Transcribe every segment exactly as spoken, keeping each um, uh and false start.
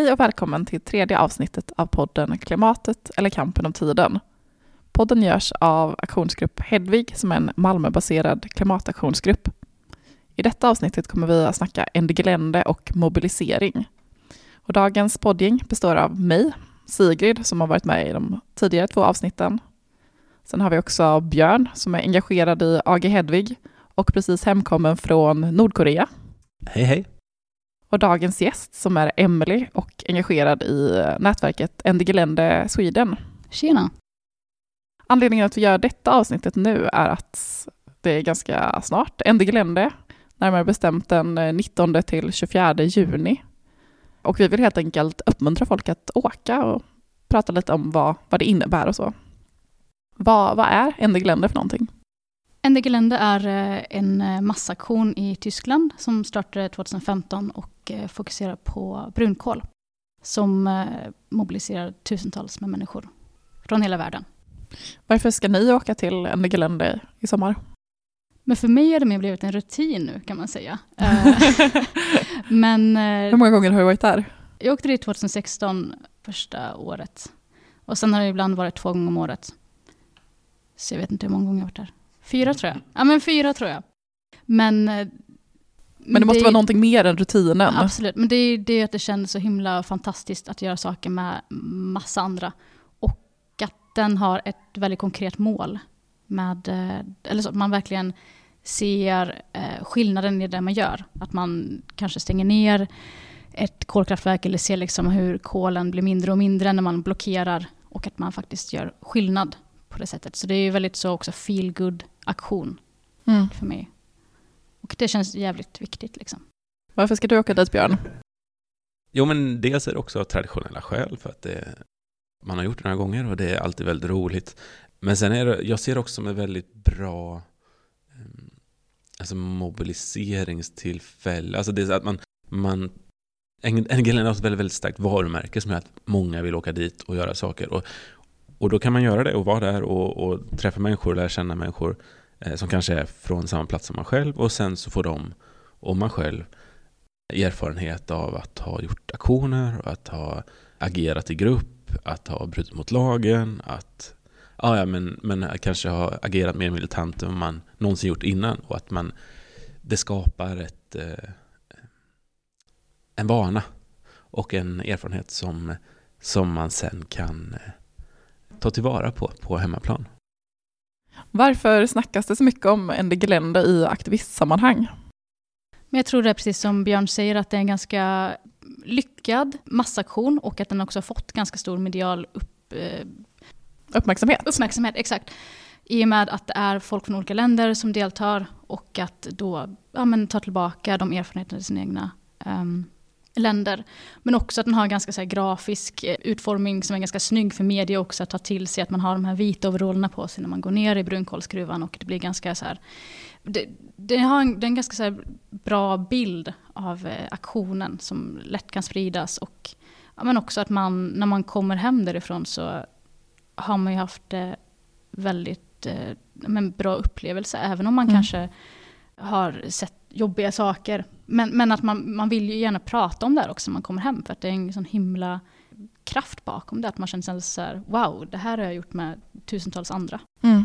Hej och välkommen till tredje avsnittet av podden Klimatet eller kampen om tiden. Podden görs av aktionsgrupp Hedvig som är en Malmöbaserad klimataktionsgrupp. I detta avsnittet kommer vi att snacka Ende och mobilisering. Och dagens poddgäng består av mig, Sigrid, som har varit med i de tidigare två avsnitten. Sen har vi också Björn som är engagerad i A G Hedvig och precis hemkommen från Nordkorea. Hej hej! Och dagens gäst som är Emily och engagerad i nätverket Ende Sweden. Tjena! Anledningen att vi gör detta avsnittet nu är att det är ganska snart Ende, närmare bestämt den nittonde till tjugofjärde juni. Och vi vill helt enkelt uppmuntra folk att åka och prata lite om vad, vad det innebär och så. Vad, vad är Ende för någonting? Ende är en massaktion i Tyskland som startade tjugohundrafemton och fokuserar på brunkol som mobiliserar tusentals med människor från hela världen. Varför ska ni åka till Ende i sommar? Men för mig har det mer blivit en rutin nu kan man säga. Men, hur många gånger har du varit där? Jag åkte dit tjugohundrasexton första året. Och sen har det ibland varit två gånger om året. Så jag vet inte hur många gånger jag har varit där. Fyra tror jag. Ja, men fyra tror jag. Men, men det måste det, vara någonting mer än rutinen. Absolut. Men det är det att det känns så himla fantastiskt att göra saker med massa andra. Och att den har ett väldigt konkret mål. Med, eller så att man verkligen ser eh, skillnaden i det man gör. Att man kanske stänger ner ett kolkraftverk eller ser liksom hur kolen blir mindre och mindre när man blockerar. Och att man faktiskt gör skillnad på det sättet. Så det är ju väldigt så också feel good aktion mm. för mig. Och det känns jävligt viktigt liksom. Varför ska du åka dit, Björn? Jo, men dels är det också traditionella skäl för att det, man har gjort det några gånger och det är alltid väldigt roligt. Men sen är det, jag ser också som ett väldigt bra alltså mobiliseringstillfälle. Alltså det är så att man, man Ende har ett väldigt, väldigt starkt varumärke som är att många vill åka dit och göra saker. Och Och då kan man göra det och vara där och, och träffa människor och lära känna människor eh, som kanske är från samma plats som man själv. Och sen så får de och man själv erfarenhet av att ha gjort aktioner, att ha agerat i grupp, att ha brutit mot lagen, att ah, ja, men, men kanske ha agerat mer militant än man någonsin gjort innan. Och att man, det skapar ett, eh, en vana och en erfarenhet som, som man sen kan eh, ta tillvara på på hemmaplan. Varför snackas det så mycket om Ende i aktivistsammanhang? Men jag tror det är precis som Björn säger att det är en ganska lyckad massaktion och att den också har fått ganska stor medial upp, eh, uppmärksamhet. Uppmärksamhet, exakt. I och med att det är folk från olika länder som deltar och att då ja, men, ta tillbaka de erfarenheterna i sina egna um, länder. Men också att den har en ganska så här, grafisk utformning som är ganska snygg för media också att ta till sig att man har de här vita overallerna på sig när man går ner i brunkolsgruvan och det blir ganska så här det, det har en, det är en ganska så här, bra bild av eh, aktionen som lätt kan spridas och ja, men också att man när man kommer hem därifrån så har man ju haft eh, väldigt eh, men bra upplevelse även om man mm. kanske har sett jobbiga saker. Men, men att man, man vill ju gärna prata om det här också när man kommer hem. För att det är en sån himla kraft bakom det. Att man känner så här, wow, det här har jag gjort med tusentals andra. Mm.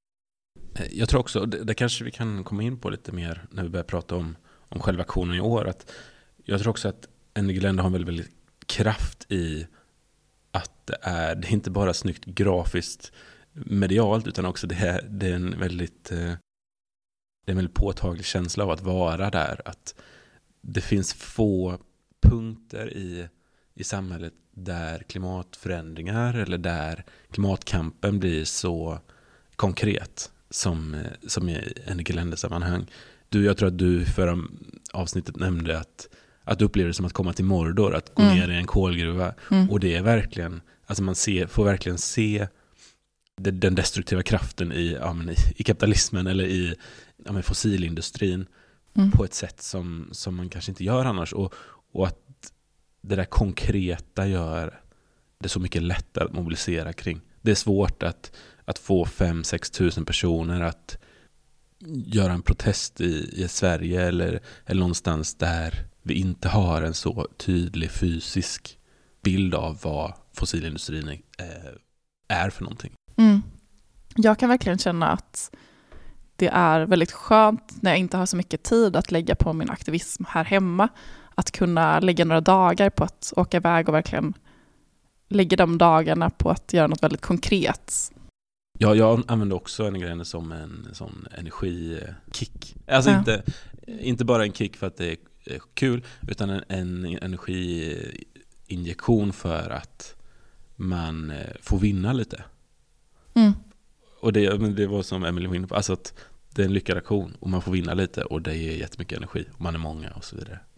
Jag tror också, det, det kanske vi kan komma in på lite mer när vi börjar prata om, om själva aktionen i år. Att jag tror också att Ende har en väldigt, väldigt kraft i att det är, det är inte bara snyggt grafiskt medialt utan också det är, det är en väldigt... Det är en väldigt påtaglig känsla av att vara där. Att det finns få punkter i, i samhället där klimatförändringar eller där klimatkampen blir så konkret som, som i Ende-sammanhang. Du, jag tror att du förra avsnittet nämnde att, att du upplevde det som att komma till Mordor, att gå mm. ner i en kolgruva. Mm. Och det är verkligen, alltså man ser, får verkligen se den destruktiva kraften i, ja, men i, i kapitalismen eller i ja, men fossilindustrin mm. på ett sätt som, som man kanske inte gör annars. Och, och att det där konkreta gör det så mycket lättare att mobilisera kring. Det är svårt att, att få fem sex tusen personer att göra en protest i, i Sverige eller, eller någonstans där vi inte har en så tydlig fysisk bild av vad fossilindustrin är, är för någonting. Mm. Jag kan verkligen känna att det är väldigt skönt när jag inte har så mycket tid att lägga på min aktivism här hemma. Att kunna lägga några dagar på att åka iväg och verkligen lägga de dagarna på att göra något väldigt konkret. Ja, jag använder också Ennegrene som en sån energikick. Alltså ja. inte, inte bara en kick för att det är kul, utan en, en energiinjektion för att man får vinna lite. Mm. Och det, det var som Emily var inne på, alltså att det är en lyckad aktion och man får vinna lite och det ger jättemycket energi och man är många och så vidare.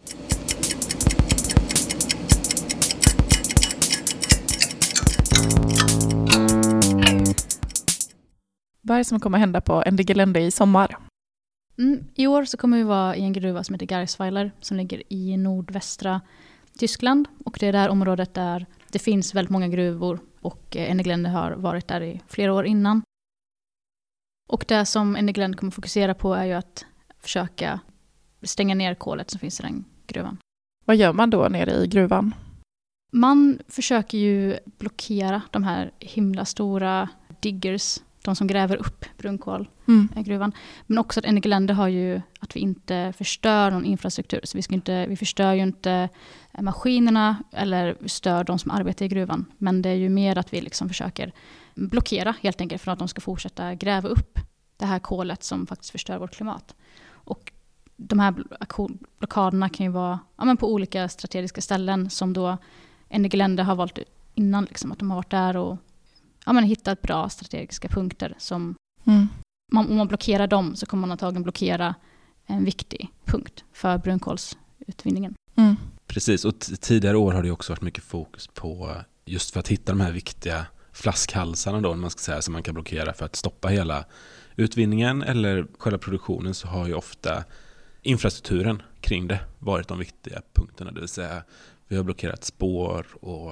Vad är det som kommer hända på Ende i sommar? Mm, I år så kommer vi vara i en gruva som heter Garsweiler som ligger i nordvästra Tyskland. Och det är där området där det finns väldigt många gruvor och Ende har varit där i flera år innan. Och det som Ende kommer fokusera på är ju att försöka stänga ner kolet som finns i den gruvan. Vad gör man då nere i gruvan? Man försöker ju blockera de här himla stora diggers, de som gräver upp brunkol mm. i gruvan. Men också att Ende har ju att vi inte förstör någon infrastruktur. Så vi, ska inte, vi förstör ju inte maskinerna eller stör de som arbetar i gruvan. Men det är ju mer att vi liksom försöker blockera helt enkelt för att de ska fortsätta gräva upp det här kolet som faktiskt förstör vårt klimat. Och de här blockaderna kan ju vara ja, men på olika strategiska ställen som då Ende har valt innan. Liksom, att de har varit där och ja, men hittat bra strategiska punkter. Som mm. man, om man blockerar dem så kommer man antagligen blockera en viktig punkt för brunkolsutvinningen. Mm. Precis, och t- tidigare år har det också varit mycket fokus på just för att hitta de här viktiga flaskhalsarna då, man ska säga, som man kan blockera för att stoppa hela utvinningen eller själva produktionen, så har ju ofta infrastrukturen kring det varit de viktiga punkterna. Det vill säga vi har blockerat spår och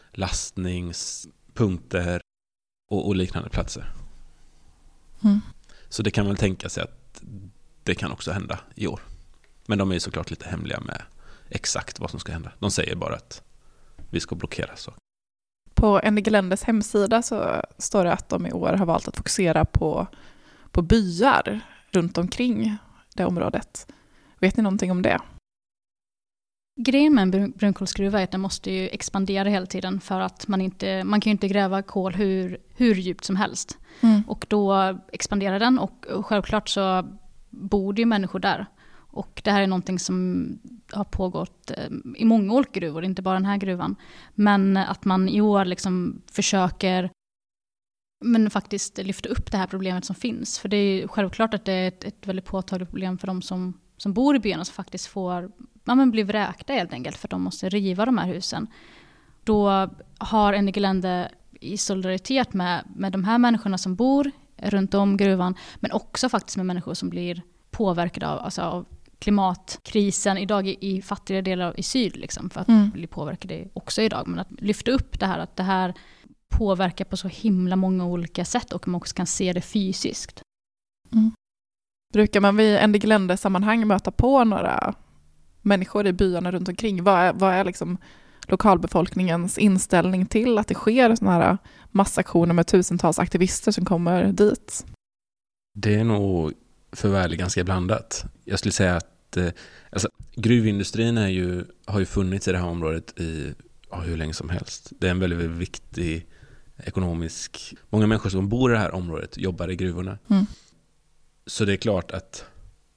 lastningspunkter och, och liknande platser. Mm. Så det kan väl tänka sig att det kan också hända i år. Men de är ju såklart lite hemliga med exakt vad som ska hända. De säger bara att vi ska blockera så. På Ende hemsida så står det att de i år har valt att fokusera på, på byar runt omkring det området. Vet ni någonting om det? Grejen med en brunkolsgruva är att den måste ju expandera hela tiden för att man inte man kan ju inte gräva kol hur, hur djupt som helst. Mm. Och då expanderar den och, och självklart så bor det ju människor där. Och det här är någonting som har pågått i många olika gruvor, inte bara den här gruvan. Men att man i år liksom försöker men faktiskt lyfta upp det här problemet som finns. För det är självklart att det är ett, ett väldigt påtagligt problem för de som, som bor i byarna som faktiskt får ja, men blir vräkta helt enkelt för att de måste riva de här husen. Då har Ende i solidaritet med, med de här människorna som bor runt om gruvan, men också faktiskt med människor som blir påverkade av, alltså av klimatkrisen idag i, i fattigare delar av, i syd liksom, för att mm. bli påverkade också idag. Men att lyfta upp det här, att det här påverkar på så himla många olika sätt och man också kan se det fysiskt. Mm. Brukar man vid Ende sammanhang möta på några människor i byarna runt omkring? Vad är, vad är liksom lokalbefolkningens inställning till att det sker såna här massaktioner med tusentals aktivister som kommer dit? Det är nog förvärligt ganska blandat. Jag skulle säga att eh, alltså, gruvindustrin är ju, har ju funnits i det här området i ja, hur länge som helst. Det är en väldigt, väldigt viktig ekonomisk... Många människor som bor i det här området jobbar i gruvorna. Mm. Så det är klart att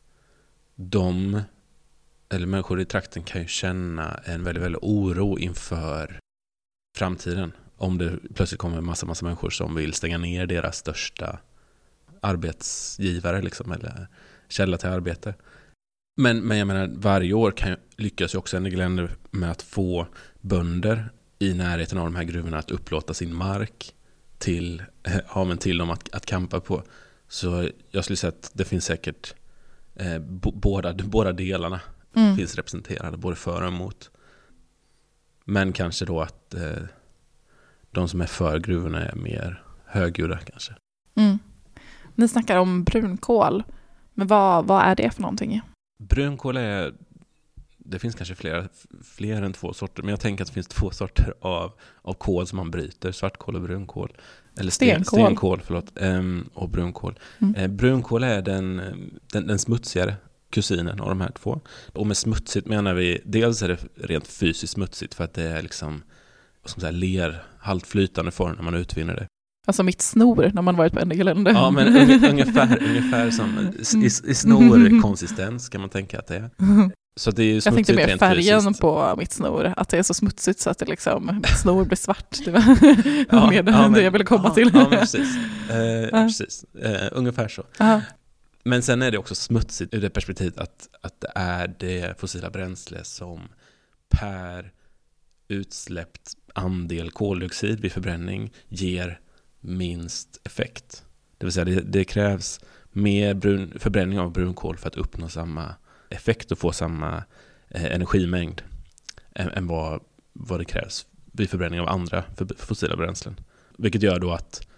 de, eller människor i trakten kan ju känna en väldigt, väldigt oro inför framtiden. Om det plötsligt kommer en massa, massa människor som vill stänga ner deras största arbetsgivare liksom, eller källa till arbete. Men, men jag menar, varje år kan lyckas ju också Ende med att få bönder i närheten av de här gruvorna att upplåta sin mark till, ja, men till dem att, att kampa på. Så jag skulle säga att det finns säkert eh, b- båda, båda delarna mm. finns representerade, både för och emot. Men kanske då att eh, de som är för gruvorna är mer högljudda kanske. Mm. Ni snackar om brunkol, men vad, vad är det för någonting? Brunkol är det finns kanske flera, fler än två sorter, men jag tänker att det finns två sorter av, av kol som man bryter, svartkol och brunkol. Eller sten, stenkol. stenkol, förlåt, um, och brunkol. Mm. Uh, brunkol är den, den, den smutsigare kusinen av de här två. Och med smutsigt menar vi, dels är det rent fysiskt smutsigt för att det är liksom, vad ska man säga, ler, halvt flytande form när man utvinner det. Alltså mitt snor när man varit på Ennigelände. Ja, men ungefär, ungefär, ungefär som i, i snorkonsistens kan man tänka att det är. Så det är ju jag tänkte mer färgen fysiskt. På mitt snor, att det är så smutsigt så att det liksom, mitt snor blir svart. Det var ja, mer ja, det men, jag ville komma ja, till. Ja, men precis. Eh, precis. Eh, ungefär så. Aha. Men sen är det också smutsigt ur det perspektivet att, att det är det fossila bränsle som per utsläppt andel koldioxid vid förbränning ger minst effekt. Det vill säga det, det krävs mer brun, förbränning av brunkol för att uppnå samma effekt och få samma eh, energimängd än, än vad, vad det krävs vid förbränning av andra fossila bränslen. Vilket gör då att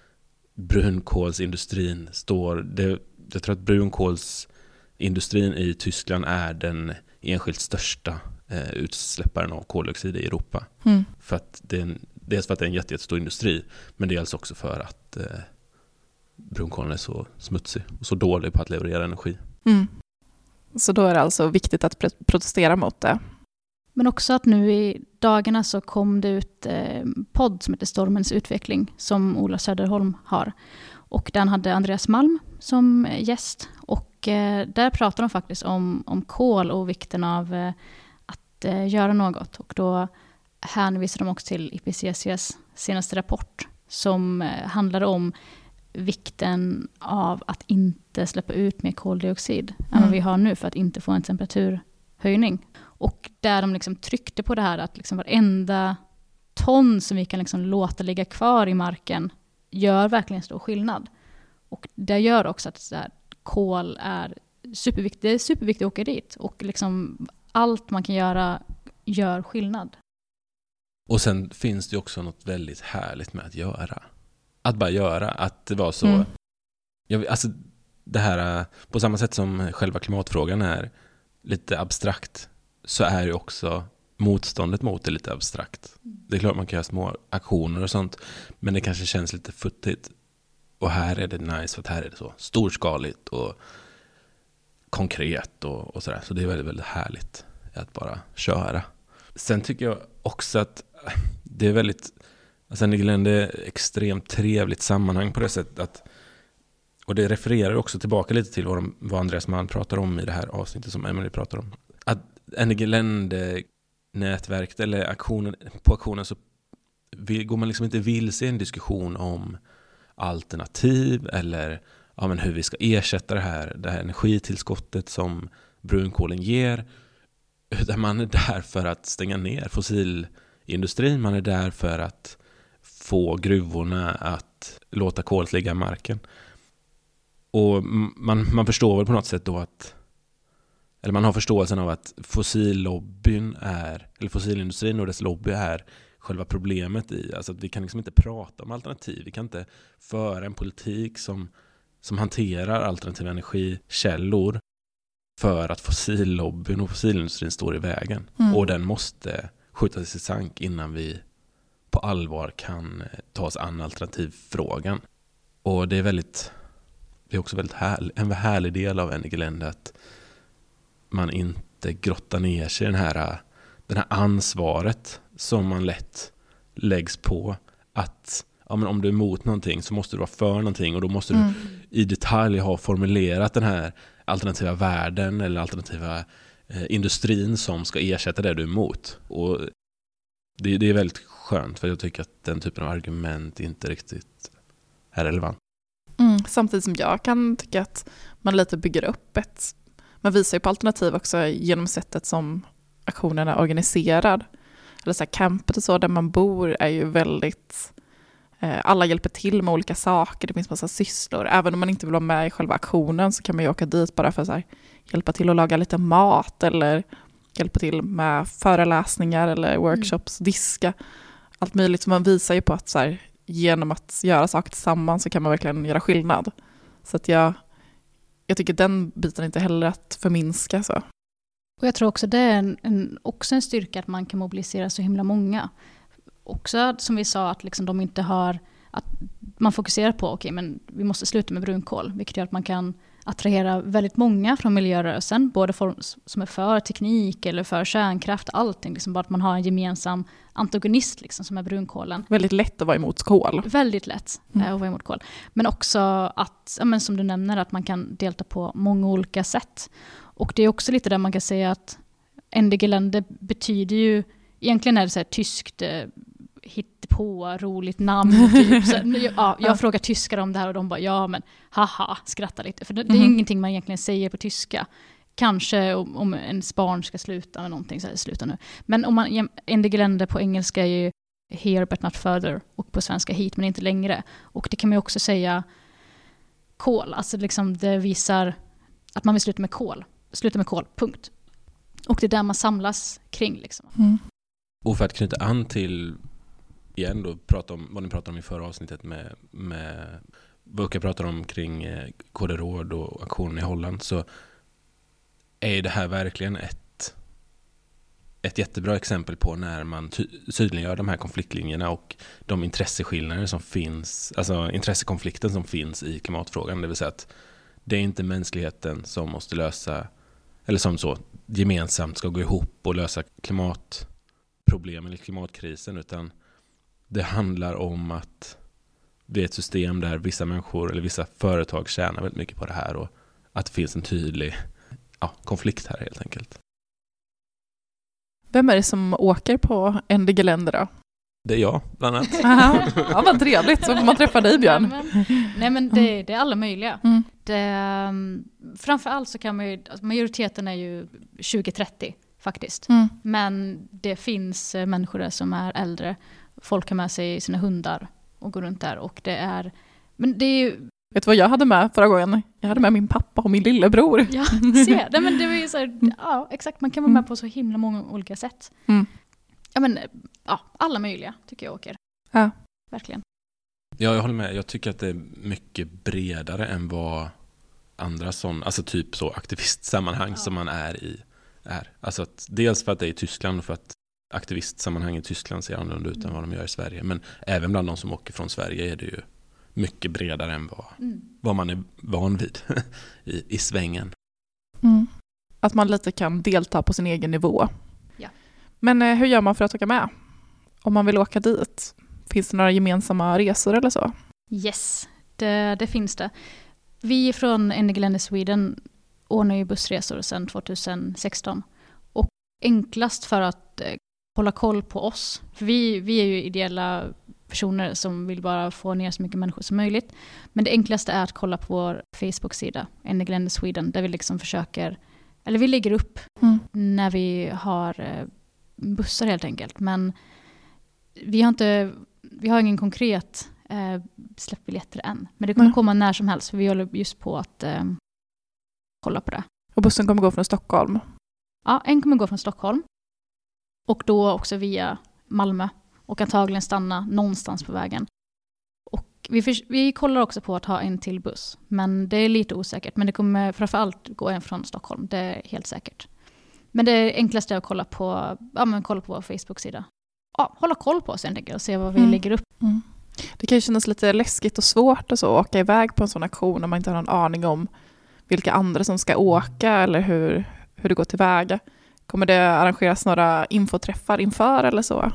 brunkolsindustrin står... Det, jag tror att brunkolsindustrin i Tyskland är den enskilt största eh, utsläpparen av koldioxid i Europa. Mm. För att det är en, dels för att det är en jätte, jättestor industri, men dels också för att eh, brunkolen är så smutsig och så dålig på att leverera energi. Mm. Så då är det alltså viktigt att protestera mot det. Men också att nu i dagarna så kom det ut eh, podd som heter Stormens utveckling som Ola Söderholm har. Och den hade Andreas Malm som gäst. Och eh, där pratar de faktiskt om, om kol och vikten av eh, att eh, göra något. Och då hänvisar de också till I P C C:s senaste rapport som eh, handlar om vikten av att inte släppa ut mer koldioxid mm. än vad vi har nu för att inte få en temperaturhöjning. Och där de liksom tryckte på det här att liksom varenda ton som vi kan liksom låta ligga kvar i marken gör verkligen stor skillnad. Och det gör också att så här, kol är superviktigt. Det är superviktigt att åka dit. Och liksom allt man kan göra gör skillnad. Och sen finns det också något väldigt härligt med att göra. Att bara göra. Att det var så... Mm. Jag, alltså, det här, på samma sätt som själva klimatfrågan är lite abstrakt, så är ju också motståndet mot det lite abstrakt. Det är klart man kan göra små aktioner och sånt, men det kanske känns lite futtigt. Och här är det nice för att här är det så storskaligt och konkret och, och sådär. Så det är väldigt, väldigt härligt att bara köra. Sen tycker jag också att det är väldigt, alltså Ennigelände är extremt trevligt sammanhang på det sättet att, och det refererar också tillbaka lite till vad, de, vad Andreas Malm pratar om i det här avsnittet som Emily pratar om. Att Ennigelände nätverket eller aktionen, på aktionen så vill, går man liksom inte vilse i en diskussion om alternativ eller ja, men hur vi ska ersätta det här, det här energitillskottet som brunkolen ger, utan man är där för att stänga ner fossilindustrin, man är där för att få gruvorna att låta kolet ligga i marken. Och man, man förstår väl på något sätt då att, eller man har förståelsen av att fossillobbyn är, eller fossilindustrin och dess lobby är själva problemet i, alltså att vi kan liksom inte prata om alternativ, vi kan inte föra en politik som, som hanterar alternativa energikällor för att fossillobbyn och fossilindustrin står i vägen. Mm. Och den måste skjutas i sank innan vi på allvar kan ta oss an alternativfrågan. Och det är väldigt, det är också väldigt härlig, en härlig del av Ennigelände att man inte grottar ner sig i den här, den här ansvaret som man lätt läggs på att ja, men om du är emot någonting så måste du vara för någonting och då måste mm. du i detalj ha formulerat den här alternativa världen eller alternativa eh, industrin som ska ersätta det du är emot. Och det, det är väldigt skönt för jag tycker att den typen av argument inte riktigt är relevant. Mm, samtidigt som jag kan tycka att man lite bygger upp ett, man visar ju på alternativ också genom sättet som aktionen är organiserad. Eller så här, campet och så där man bor är ju väldigt, eh, alla hjälper till med olika saker, det finns massa sysslor. Även om man inte vill vara med i själva aktionen så kan man ju åka dit bara för att så här, hjälpa till att laga lite mat eller hjälpa till med föreläsningar eller workshops, mm. diska. Allt möjligt, som man visar ju på att så här, genom att göra saker tillsammans så kan man verkligen göra skillnad. Så att jag, jag tycker den biten inte heller att förminska så. Och jag tror också det är en, en, också en styrka att man kan mobilisera så himla många. Också som vi sa att liksom de inte har, att man fokuserar på okej okay, men vi måste sluta med brunkol, vilket gör att man kan attrahera väldigt många från miljörörelsen, både för, som är för teknik eller för kärnkraft, allting, liksom bara att man har en gemensam antagonist liksom, som är brunkolen. Väldigt lätt att vara emot kol. Väldigt lätt mm. att vara emot kol. Men också att, ja, men som du nämner, att man kan delta på många olika sätt. Och det är också lite där man kan säga att Ende Gelände betyder ju, egentligen är det så här tyskt hittepå, roligt namn. Typ. Så, ja, jag ja. frågar tyskar om det här och de bara, ja men haha, skrattar lite. För det, det är mm. ingenting man egentligen säger på tyska. Kanske om, om en barn ska sluta med någonting så här, sluta nu. Men om man, Ende Gelände på engelska är ju here but not further och på svenska hit men inte längre. Och det kan man ju också säga kol, alltså liksom det visar att man vill sluta med kol. Sluta med kol, punkt. Och det är där man samlas kring liksom. Mm. Och för att knyta an till igen då, prata om vad ni pratade om i förra avsnittet med, med vad jag pratar om kring eh, Koderåd och aktionen i Holland, så är det här verkligen ett ett jättebra exempel på när man ty- tydliggör de här konfliktlinjerna och de intresseskillnader som finns, alltså intressekonflikten som finns i klimatfrågan, det vill säga att det är inte mänskligheten som måste lösa, eller som så gemensamt ska gå ihop och lösa klimatproblemen eller klimatkrisen, utan det handlar om att det är ett system där vissa människor eller vissa företag tjänar väldigt mycket på det här och att det finns en tydlig ja, konflikt här helt enkelt. Vem är det som åker på Ende Gelände då? Det är jag, bland annat. Ja, vad trevligt. Så får man träffa dig, Björn. Nej, men, nej, men det, det är alla möjliga. Mm. Det, framförallt så kan man ju, alltså majoriteten är ju tjugo trettio faktiskt. Mm. Men det finns människor där som är äldre. Folk har med sig sina hundar och går runt där. Och det är, men det är ju... Vet du vad jag hade med förra gången? Jag hade med min pappa och min lillebror. Ja, se. Nej, men det var ju så här, ja, exakt. Man kan vara med på så himla många olika sätt. Mm. Ja, men ja, alla möjliga tycker jag åker. Ja. Verkligen. Ja, jag håller med. Jag tycker att det är mycket bredare än vad andra sån, alltså typ så aktivistsammanhang ja. som man är i är. Alltså att, dels för att det är i Tyskland och för att aktivistsammanhang i Tyskland ser annorlunda ut mm. än vad de gör i Sverige. Men även bland de som åker från Sverige är det ju mycket bredare än vad, mm. vad man är van vid i, i svängen. Mm. Att man lite kan delta på sin egen nivå. Ja. Men eh, hur gör man för att åka med? Om man vill åka dit? Finns det några gemensamma resor eller så? Yes, det, det finns det. Vi från Ende Gelände Sweden ordnar ju bussresor sedan tjugohundrasexton. Och enklast för att eh, hålla koll på oss. För vi, vi är ju ideella personer som vill bara få ner så mycket människor som möjligt. Men det enklaste är att kolla på vår Facebook-sida, Ende Gelände Sweden, där vi liksom försöker, eller vi lägger upp mm. när vi har eh, bussar helt enkelt. Men vi har inte, vi har ingen konkret eh, släppbiljetter än. Men det kommer mm. komma när som helst, för vi håller just på att eh, kolla på det. Och bussen kommer gå från Stockholm? Ja, en kommer gå från Stockholm. Och då också via Malmö. Och antagligen stanna någonstans på vägen. Och vi, för, vi kollar också på att ha en till buss. Men det är lite osäkert. Men det kommer framförallt gå en från Stockholm. Det är helt säkert. Men det enklaste är att kolla på, ja, men kolla på vår Facebook-sida. Ja, hålla koll på oss helt enkelt och se vad vi mm. lägger upp. Mm. Det kan ju kännas lite läskigt och svårt att så åka iväg på en sån aktion när man inte har någon aning om vilka andra som ska åka eller hur, hur det går tillväga. Kommer det arrangeras några infoträffar inför eller så?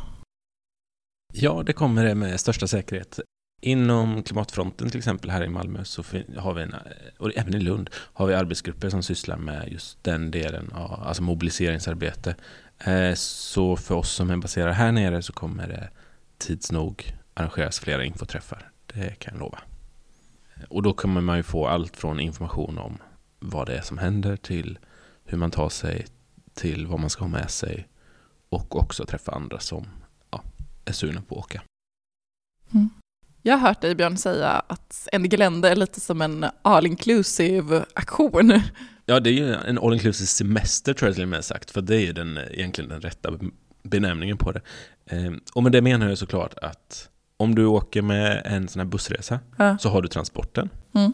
Ja, det kommer det med största säkerhet. Inom klimatfronten till exempel här i Malmö så har vi en, och även i Lund har vi arbetsgrupper som sysslar med just den delen av alltså mobiliseringsarbete. Så för oss som är baserade här nere så kommer det tids nog arrangeras flera infoträffar. Det kan jag lova. Och då kommer man ju få allt från information om vad det är som händer till hur man tar sig till vad man ska ha med sig och också träffa andra som ja, är sugna på att åka. Mm. Jag har hört dig, Björn, säga att Ende Gelände är lite som en all-inclusive aktion. Ja, det är ju en all-inclusive semester tror jag till och med sagt, för det är ju den, egentligen den rätta benämningen på det. Och med det menar jag såklart att om du åker med en sån här bussresa ja. så har du transporten. Mm.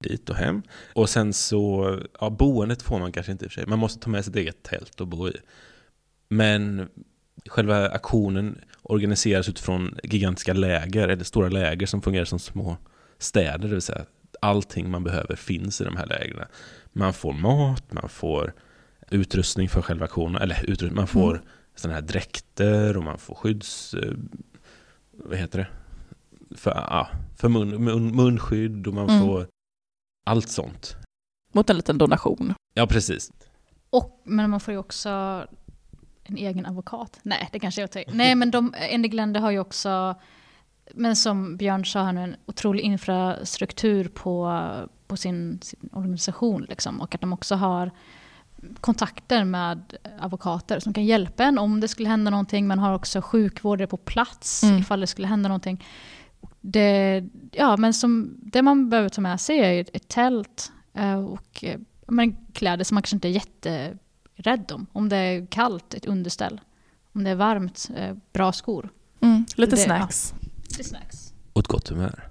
dit och hem. Och sen så, ja, boendet får man kanske inte i och för sig. Man måste ta med sitt eget tält och bo i. Men själva aktionen organiseras utifrån gigantiska läger, eller stora läger som fungerar som små städer. Det vill säga allting man behöver finns i de här lägren. Man får mat, man får utrustning för själva aktionen, eller utrustning, man får mm. sådana här dräkter och man får skydds... Vad heter det? För, ja, för mun, mun, munskydd och man mm. får allt sånt. Mot en liten donation. Ja, precis. Och, men man får ju också en egen advokat. Nej, det kanske jag tar. Nej, men de, Endig länder har ju också, men som Björn sa, har en otrolig infrastruktur på, på sin, sin organisation. Liksom, och att de också har kontakter med advokater som kan hjälpa en om det skulle hända någonting. Man har också sjukvårdare på plats mm. ifall det skulle hända någonting. Det, ja, men som, det man behöver ta med sig är ett tält och men, kläder som man kanske inte är jätterädd om. Om det är kallt, ett underställ. Om det är varmt, bra skor. Mm, lite det, snacks. Ja, lite snacks. Och ett gott humör.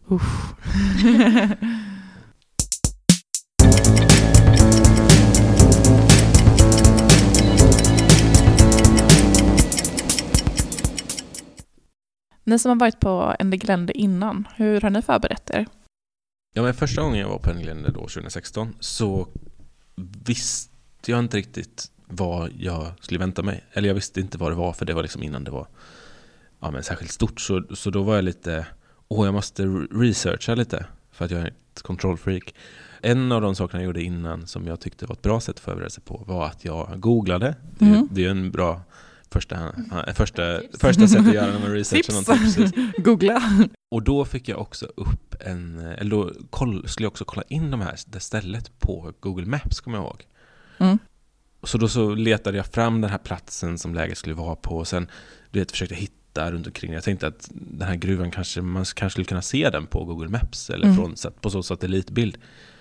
Ni som har varit på Endig länder innan, hur har ni förberett er? Ja, men första gången jag var på Endig länder då, tjugo sexton, så visste jag inte riktigt vad jag skulle vänta mig. Eller jag visste inte vad det var, för det var liksom innan det var ja, men särskilt stort. Så, så då var jag lite, åh jag måste researcha lite för att jag är ett kontrollfreak. En av de sakerna jag gjorde innan som jag tyckte var ett bra sätt att förbereda sig på var att jag googlade. Det, mm. det är en bra första, första, första sätt att göra när man researchar någonting. Googla. Och då fick jag också upp en, eller då koll, skulle jag också kolla in de här, det stället på Google Maps, kommer jag ihåg. Mm. Så då så letade jag fram den här platsen som läget skulle vara på och sen du vet, försökte hitta runt omkring. Jag tänkte att den här gruvan kanske, man kanske skulle kunna se den på Google Maps eller mm. från, på så satellitbild.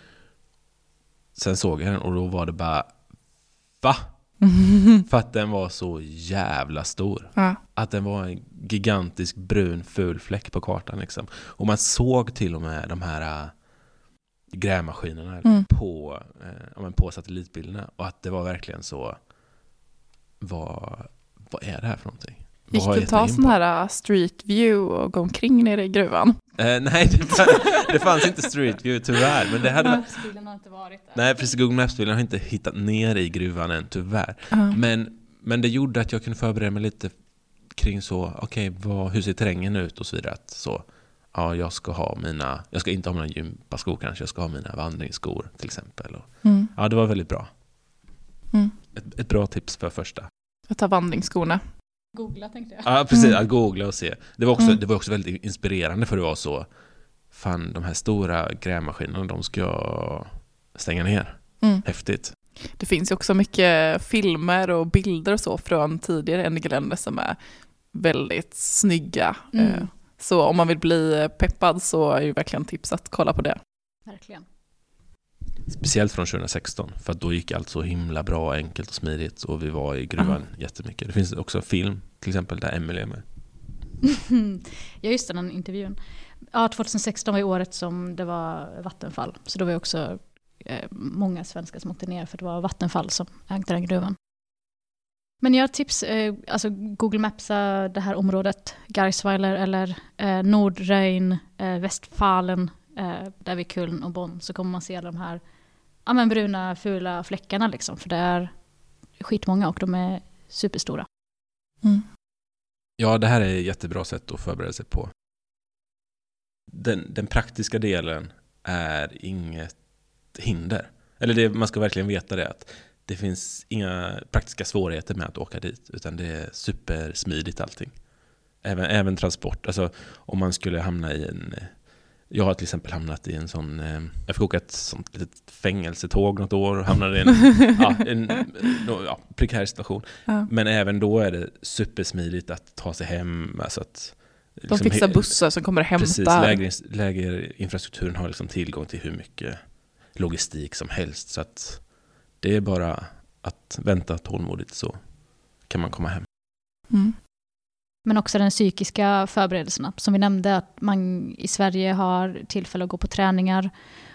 Sen såg jag den och då var det bara, va? Mm. För att den var så jävla stor. Ja. Att den var en gigantisk brun ful fläck på kartan liksom. Och man såg till och med de här äh, grävmaskinerna mm. på, äh, på satellitbilderna. Och att det var verkligen så, vad, vad är det här för någonting? Gick du ta sån här street view och gå omkring nere i gruvan? Eh, nej, det, fann, det fanns inte street view tyvärr. Men det hade Maps-bilen har inte varit där. Nej, precis, Google Maps-bilen har inte hittat ner i gruvan än tyvärr. Uh. Men, men det gjorde att jag kunde förbereda mig lite kring så, okej, okay, hur ser terrängen ut och så vidare. Att så, ja, jag ska ha mina, jag ska inte ha mina gympaskor kanske, jag ska ha mina vandringsskor till exempel. Och, mm. Ja, det var väldigt bra. Mm. Ett, ett bra tips för första. Att ta vandringsskorna. Googla tänkte jag. Ja, precis. Mm. Att googla och se. Det var, också, mm. det var också väldigt inspirerande för det var så, fan, de här stora grävmaskinerna, de ska jag stänga ner. Mm. Häftigt. Det finns ju också mycket filmer och bilder och så från tidigare Endig länder som är väldigt snygga. Mm. Så om man vill bli peppad så är det verkligen tips att kolla på det. Verkligen. Speciellt från tjugo sexton, för att då gick allt så himla bra, enkelt och smidigt och vi var i gruvan uh-huh. jättemycket. Det finns också film, till exempel, där Emily är med. Ja, just den intervjun. Ja, tjugo sexton var i året som det var vattenfall. Så då var det också eh, många svenskar som åkte ner för det var Vattenfall som ägde den gruvan. Men jag har tips, eh, alltså Google Mapsa det här området, Garsweiler eller eh, Nordrhein, eh, Westfalen, eh, där vid Köln och Bonn, så kommer man se alla de här ja, men bruna, fula fläckarna liksom, för det är skitmånga och de är superstora. Mm. Ja, det här är ett jättebra sätt att förbereda sig på. Den, den praktiska delen är inget hinder. Eller det, man ska verkligen veta det, att det finns inga praktiska svårigheter med att åka dit, utan det är supersmidigt allting. Även, även transport. Alltså om man skulle hamna i en... Jag har till exempel hamnat i en sån... Jag fick åka ett sånt litet fängelsetåg något år och hamnade i en, ja, en ja, prekär situation. Ja. Men även då är det supersmidigt att ta sig hem. Alltså att, liksom, de fixar bussar som kommer att hämta. Precis, läger, lägerinfrastrukturen har liksom tillgång till hur mycket logistik som helst. Så att det är bara att vänta tålmodigt, så kan man komma hem. Mm. Men också den psykiska förberedelserna. Som vi nämnde, att man i Sverige har tillfälle att gå på träningar.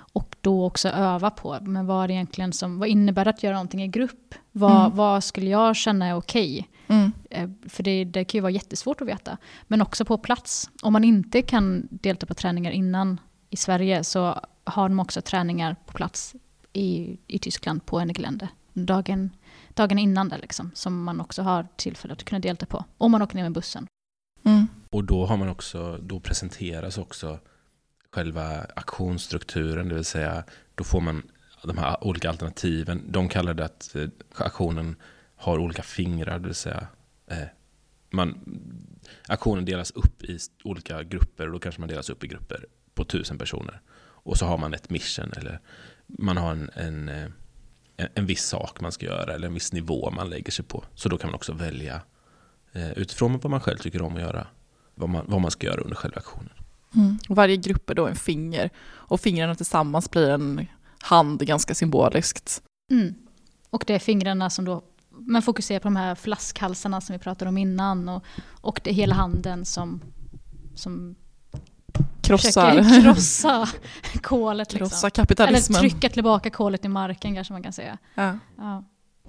Och då också öva på, men vad är det egentligen som, vad innebär det att göra någonting i grupp? Vad, Mm. vad skulle jag känna är okej? Mm. Eh, För det, det kan ju vara jättesvårt att veta. Men också på plats. Om man inte kan delta på träningar innan i Sverige så har de också träningar på plats i, i Tyskland på en gelände. Dagen, dagen innan det liksom, som man också har tillfälle att kunna delta på. Om man åker ner med bussen. Mm. Och då har man också, då presenteras också själva aktionsstrukturen, det vill säga då får man de här olika alternativen. De kallar det att eh, aktionen har olika fingrar, det vill säga eh, man, aktionen delas upp i olika grupper och då kanske man delas upp i grupper på tusen personer. Och så har man ett mission eller man har en, en, en, en viss sak man ska göra eller en viss nivå man lägger sig på. Så då kan man också välja eh, utifrån vad man själv tycker om att göra, vad man, vad man ska göra under själva aktionen. Mm. Och varje grupp är då en finger. Och fingrarna tillsammans blir en hand ganska symboliskt. Mm. Och det är fingrarna som då, man fokuserar på de här flaskhalsarna som vi pratade om innan. Och, och det är hela handen som, som Krossar, försöker krossa kolet. Liksom. krossar kapitalismen. Eller trycka tillbaka kolet i marken kanske man kan säga. Ja. Ja.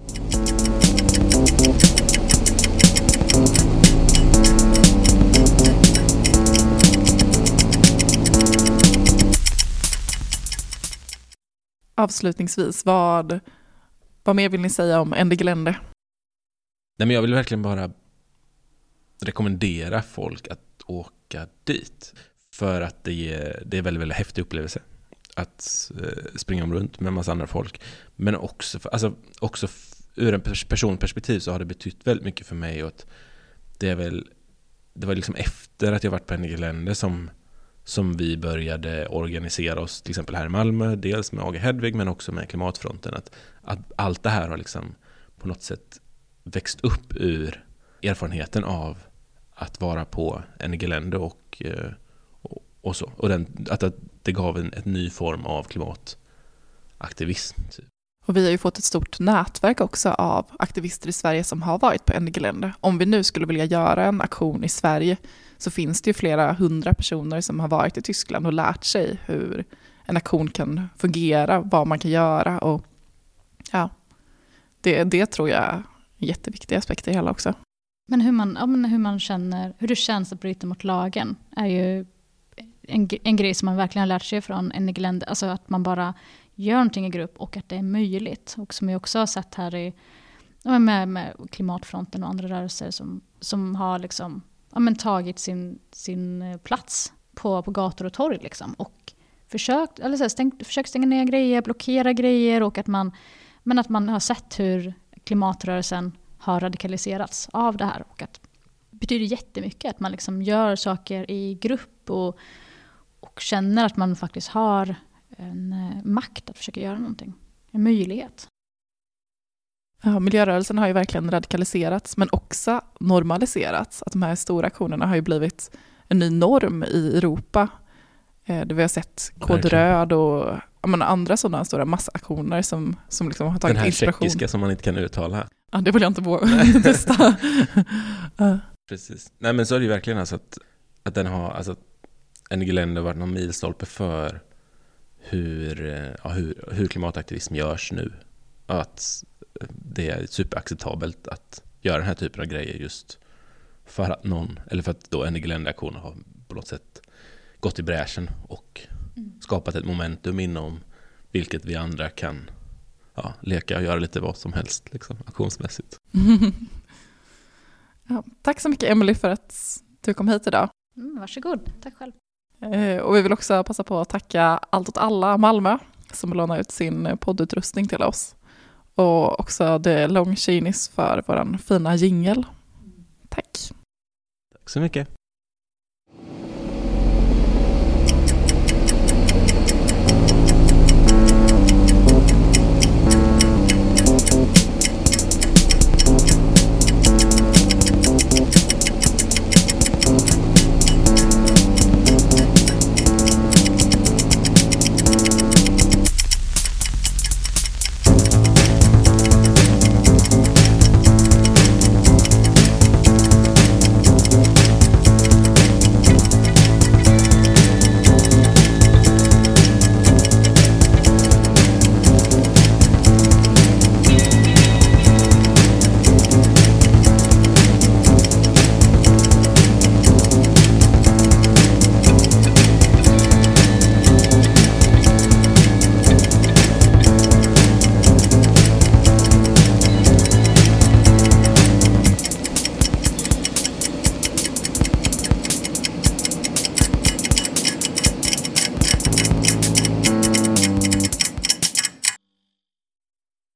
Avslutningsvis, vad, vad mer vill ni säga om Ende Gelände? Nej, men jag vill verkligen bara rekommendera folk att åka dit. För att det är, det är väldigt, väldigt häftig upplevelse att eh, springa om runt med en massa andra folk. Men också, för, alltså, också f- ur en personperspektiv så har det betytt väldigt mycket för mig. Och att det, är väl, det var liksom efter att jag varit på Ende Gelände som, som vi började organisera oss till exempel här i Malmö. Dels med A G Hedvig men också med Klimatfronten. Att, att allt det här har liksom på något sätt växt upp ur erfarenheten av att vara på Ende Gelände och, och, och så. Och den, att det gav en, en ny form av klimataktivism. Typ. Och vi har ju fått ett stort nätverk också av aktivister i Sverige som har varit på Ende Gelände. Om vi nu skulle vilja göra en aktion i Sverige så finns det ju flera hundra personer som har varit i Tyskland och lärt sig hur en aktion kan fungera, vad man kan göra. Och ja, det, det tror jag är jätteviktiga aspekter i hela också. Men hur man, ja, men hur man känner, hur det känns att bryta mot lagen är ju en, en grej som man verkligen har lärt sig från Ende Gelände. Alltså att man bara gör någonting i grupp och att det är möjligt. Och som vi också har sett här i, ja, med, med Klimatfronten och andra rörelser som, som har liksom, ja, men tagit sin, sin plats på, på gator och torg. Liksom, och försökt, eller så här, stängt, försökt stänga ner grejer, blockera grejer. Och att man, men att man har sett hur klimatrörelsen har radikaliserats av det här. Och att det betyder jättemycket att man liksom gör saker i grupp och, och känner att man faktiskt har en eh, makt att försöka göra någonting. En möjlighet. Ja, miljörörelsen har ju verkligen radikaliserats men också normaliserats. Att de här stora aktionerna har ju blivit en ny norm i Europa. Eh, där vi har sett Kod Röd och ja, men andra sådana stora massaktioner som, som liksom har tagit Den här inspiration. tjeckiska som man inte kan uttala. Ja, det vill jag inte våga testa. uh. Precis. Nej, men så är det ju verkligen alltså att, att den har, alltså Ende Gelände har varit någon milstolpe för hur, ja, hur, hur klimataktivism görs nu. Att det är superacceptabelt att göra den här typen av grejer just för att någon, eller för att då Ende Gelände-aktioner har på något sätt gått i bräschen och mm. skapat ett momentum inom vilket vi andra kan ja, leka och göra lite vad som helst liksom, aktionsmässigt. Ja, tack så mycket Emily för att du kom hit idag. Mm, varsågod, tack själv. Eh, och vi vill också passa på att tacka Allt åt alla Malmö som lånar ut sin poddutrustning till oss. Och också The Long Chinis för våran fina jingle. Tack. Tack så mycket.